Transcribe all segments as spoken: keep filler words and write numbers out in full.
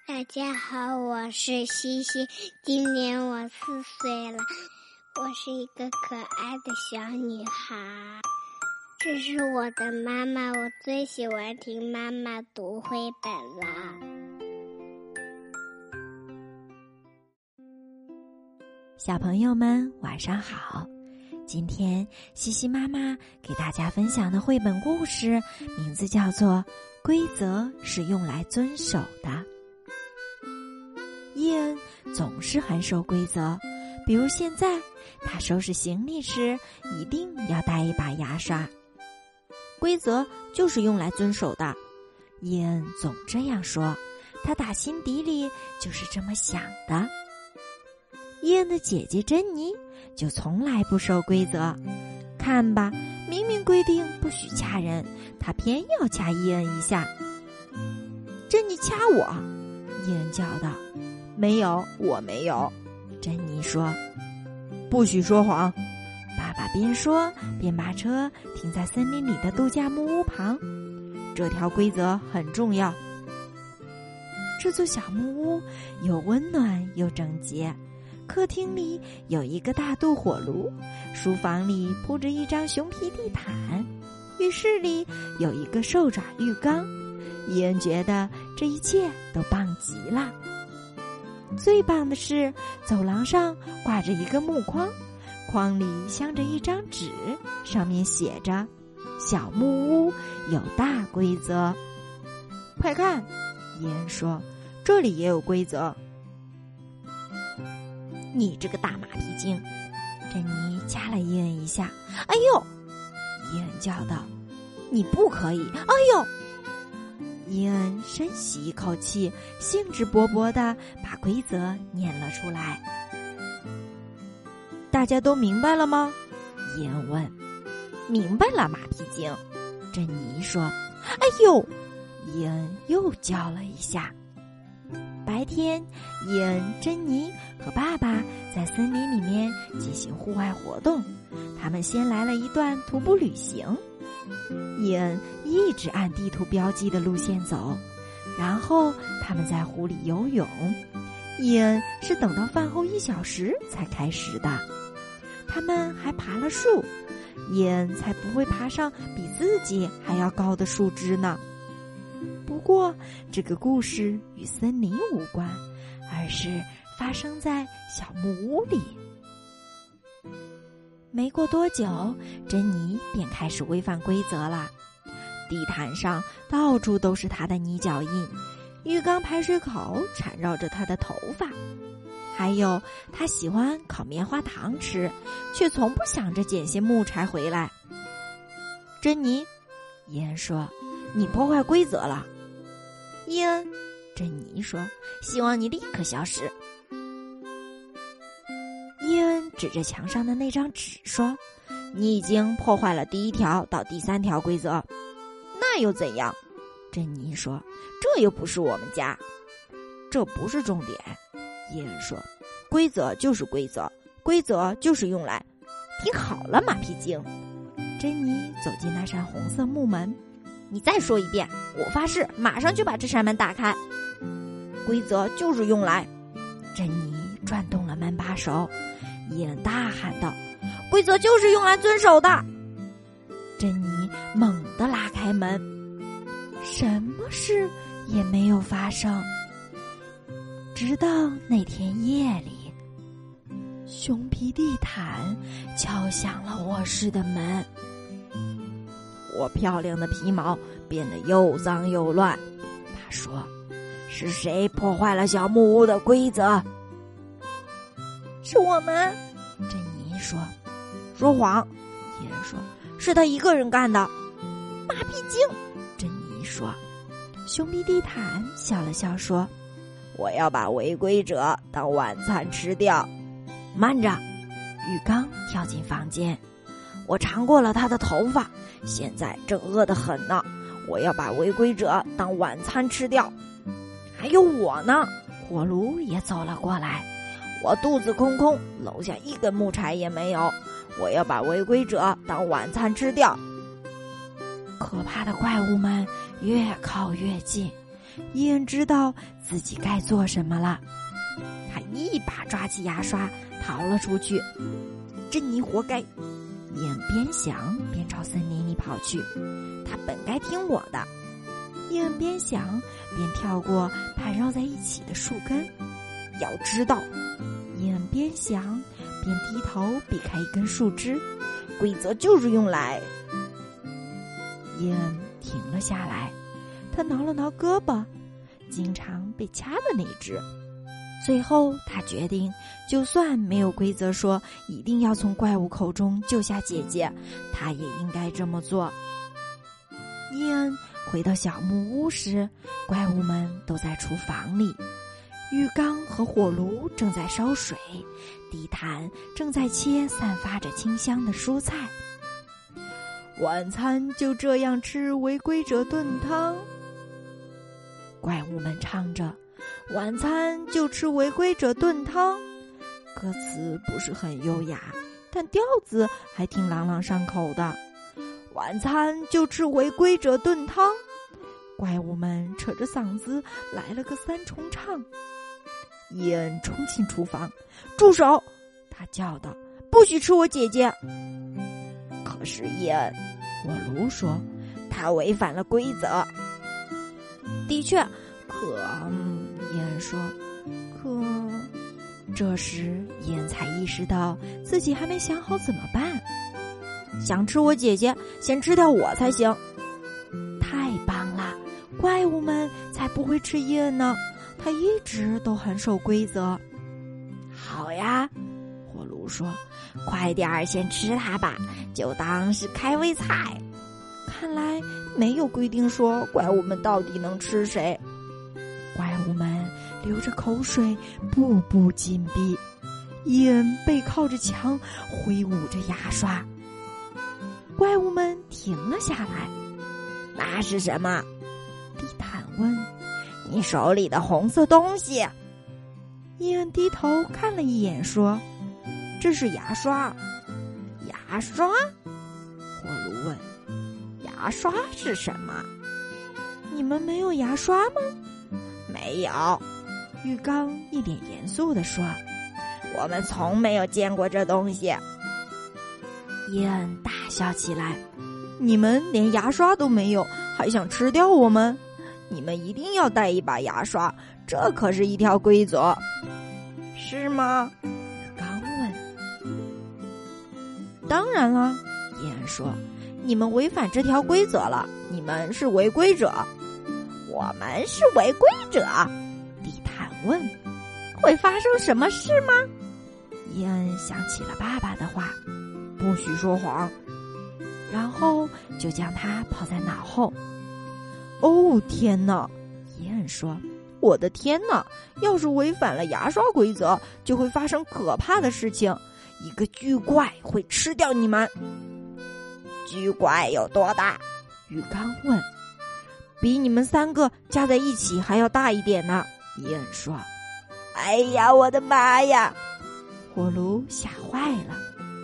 大家好，我是西西，今年我四岁了，我是一个可爱的小女孩。这是我的妈妈，我最喜欢听妈妈读绘本了。 小朋友们晚上好，今天西西妈妈给大家分享的绘本故事名字叫做《规则是用来遵守的》。伊恩总是很守规则，比如现在他收拾行李时一定要带一把牙刷。规则就是用来遵守的，伊恩总这样说，他打心底里就是这么想的。伊恩的姐姐珍妮就从来不守规则，看吧，明明规定不许掐人，她偏要掐伊恩一下。珍妮掐我，伊恩叫道。没有，我没有，珍妮说。不许说谎。爸爸边说边把车停在森林里的度假木屋旁，这条规则很重要。这座小木屋又温暖又整洁，客厅里有一个大镀火炉，书房里铺着一张熊皮地毯，浴室里有一个兽爪浴缸。伊恩觉得这一切都棒极了。最棒的是，走廊上挂着一个木框，框里镶着一张纸，上面写着小木屋有大规则。快看，伊恩说，这里也有规则。你这个大马屁精，珍妮掐了伊恩一下。哎呦，伊恩叫道，你不可以，哎呦。伊恩深吸一口气，兴致勃勃地把规则念了出来。大家都明白了吗？伊恩问。明白了，马屁精，珍妮说。哎呦，伊恩又叫了一下。白天，伊恩、珍妮和爸爸在森林里面进行户外活动，他们先来了一段徒步旅行。伊恩一直按地图标记的路线走，然后他们在湖里游泳。伊恩是等到饭后一小时才开始的。他们还爬了树，伊恩才不会爬上比自己还要高的树枝呢。不过这个故事与森林无关，而是发生在小木屋里。没过多久，珍妮便开始违反规则了。地毯上到处都是她的泥脚印，浴缸排水口缠绕着她的头发。还有，她喜欢烤棉花糖吃，却从不想着捡些木柴回来。珍妮，伊恩说，你破坏规则了。伊恩，珍妮说，希望你立刻消失。伊恩指着墙上的那张纸说，你已经破坏了第一条到第三条规则。那又怎样？珍妮说，这又不是我们家。这不是重点，伊恩说，规则就是规则，规则就是用来……听好了，马屁精。珍妮走进那扇红色木门，你再说一遍，我发誓马上就把这扇门打开。规则就是用来……珍妮转动了门把手。伊恩大喊道，规则就是用来遵守的。珍妮猛地拉开门，什么事也没有发生。直到那天夜里，熊皮地毯敲响了卧室的门。我漂亮的皮毛变得又脏又乱，他说，是谁破坏了小木屋的规则？是我们，珍妮说。说谎，伊恩说，是他一个人干的。马屁精，珍妮说。熊皮地毯笑了笑说，我要把违规者当晚餐吃掉。慢着，浴缸跳进房间。我尝过了他的头发，现在正饿得很呢。我要把违规者当晚餐吃掉。还有我呢，火炉也走了过来。我肚子空空，楼下一根木柴也没有。我要把违规者当晚餐吃掉。可怕的怪物们越靠越近， 伊恩知道自己该做什么了，他一把抓起牙刷逃了出去。珍妮活该！伊恩边想边朝森林里跑去，他本该听我的。伊恩边想边跳过盘绕在一起的树根。要知道，伊恩边想边低头避开一根树枝，规则就是用来……伊恩停了下来，他挠了挠胳膊，经常被掐的那只。最后他决定，就算没有规则说一定要从怪物口中救下姐姐，他也应该这么做。伊恩回到小木屋时，怪物们都在厨房里，浴缸和火炉正在烧水，地毯正在切散发着清香的蔬菜。晚餐就这样吃违规者炖汤，怪物们唱着，晚餐就吃违规者炖汤。歌词不是很优雅，但调子还挺朗朗上口的。晚餐就吃违规者炖汤，怪物们扯着嗓子来了个三重唱。伊恩冲进厨房，住手！他叫道，不许吃我姐姐。可是伊恩，火炉说，他违反了规则。的确，可……嗯，伊恩说，可……这时伊恩才意识到自己还没想好怎么办。想吃我姐姐，先吃掉我才行。太棒了，怪物们才不会吃伊恩呢，他一直都很守规则。好呀，火炉说，快点儿先吃它吧，就当是开胃菜。看来没有规定说怪物们到底能吃谁。怪物们流着口水，步步紧逼。伊恩背靠着墙，挥舞着牙刷。怪物们停了下来。那是什么？地毯问。你手里的红色东西。伊恩低头看了一眼，说，这是牙刷。牙刷？火炉问。牙刷是什么？你们没有牙刷吗？没有。浴缸一脸严肃地说，我们从没有见过这东西。伊恩大笑起来，你们连牙刷都没有，还想吃掉我们？你们一定要带一把牙刷，这可是一条规则。是吗？浴缸问。当然了，伊恩说，你们违反这条规则了，你们是违规者。我们是违规者？地毯问。会发生什么事吗？伊恩想起了爸爸的话，不许说谎，然后就将它抛在脑后。哦，天哪！伊恩说，我的天哪，要是违反了牙刷规则，就会发生可怕的事情，一个巨怪会吃掉你们。巨怪有多大？浴缸问。比你们三个加在一起还要大一点呢，伊恩说。哎呀，我的妈呀！火炉吓坏了。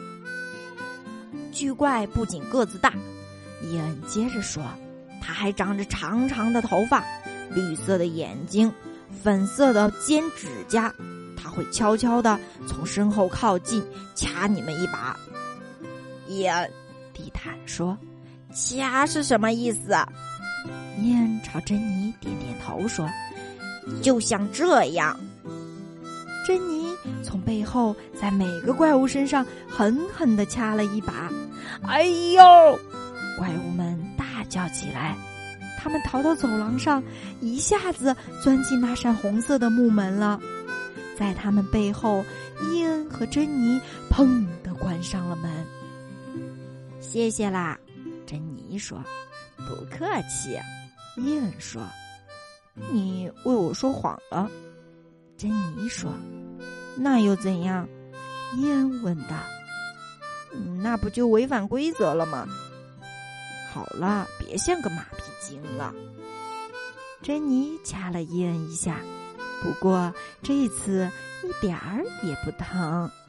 巨怪不仅个子大，伊恩接着说，他还长着长长的头发，绿色的眼睛，粉色的尖指甲，他会悄悄地从身后靠近，掐你们一把。伊恩，地毯说，掐是什么意思？伊恩朝珍妮点点头说，就像这样。珍妮从背后在每个怪物身上狠狠地掐了一把。哎呦！怪物们大叫起来，他们逃到走廊上，一下子钻进那扇红色的木门了。在他们背后，伊恩和珍妮砰地关上了门。谢谢啦，珍妮说。不客气，伊恩说。你为我说谎了，珍妮说。那又怎样？伊恩问道。那不就违反规则了吗？好了，别像个马屁精了。珍妮掐了伊恩一下，不过这次一点儿也不疼。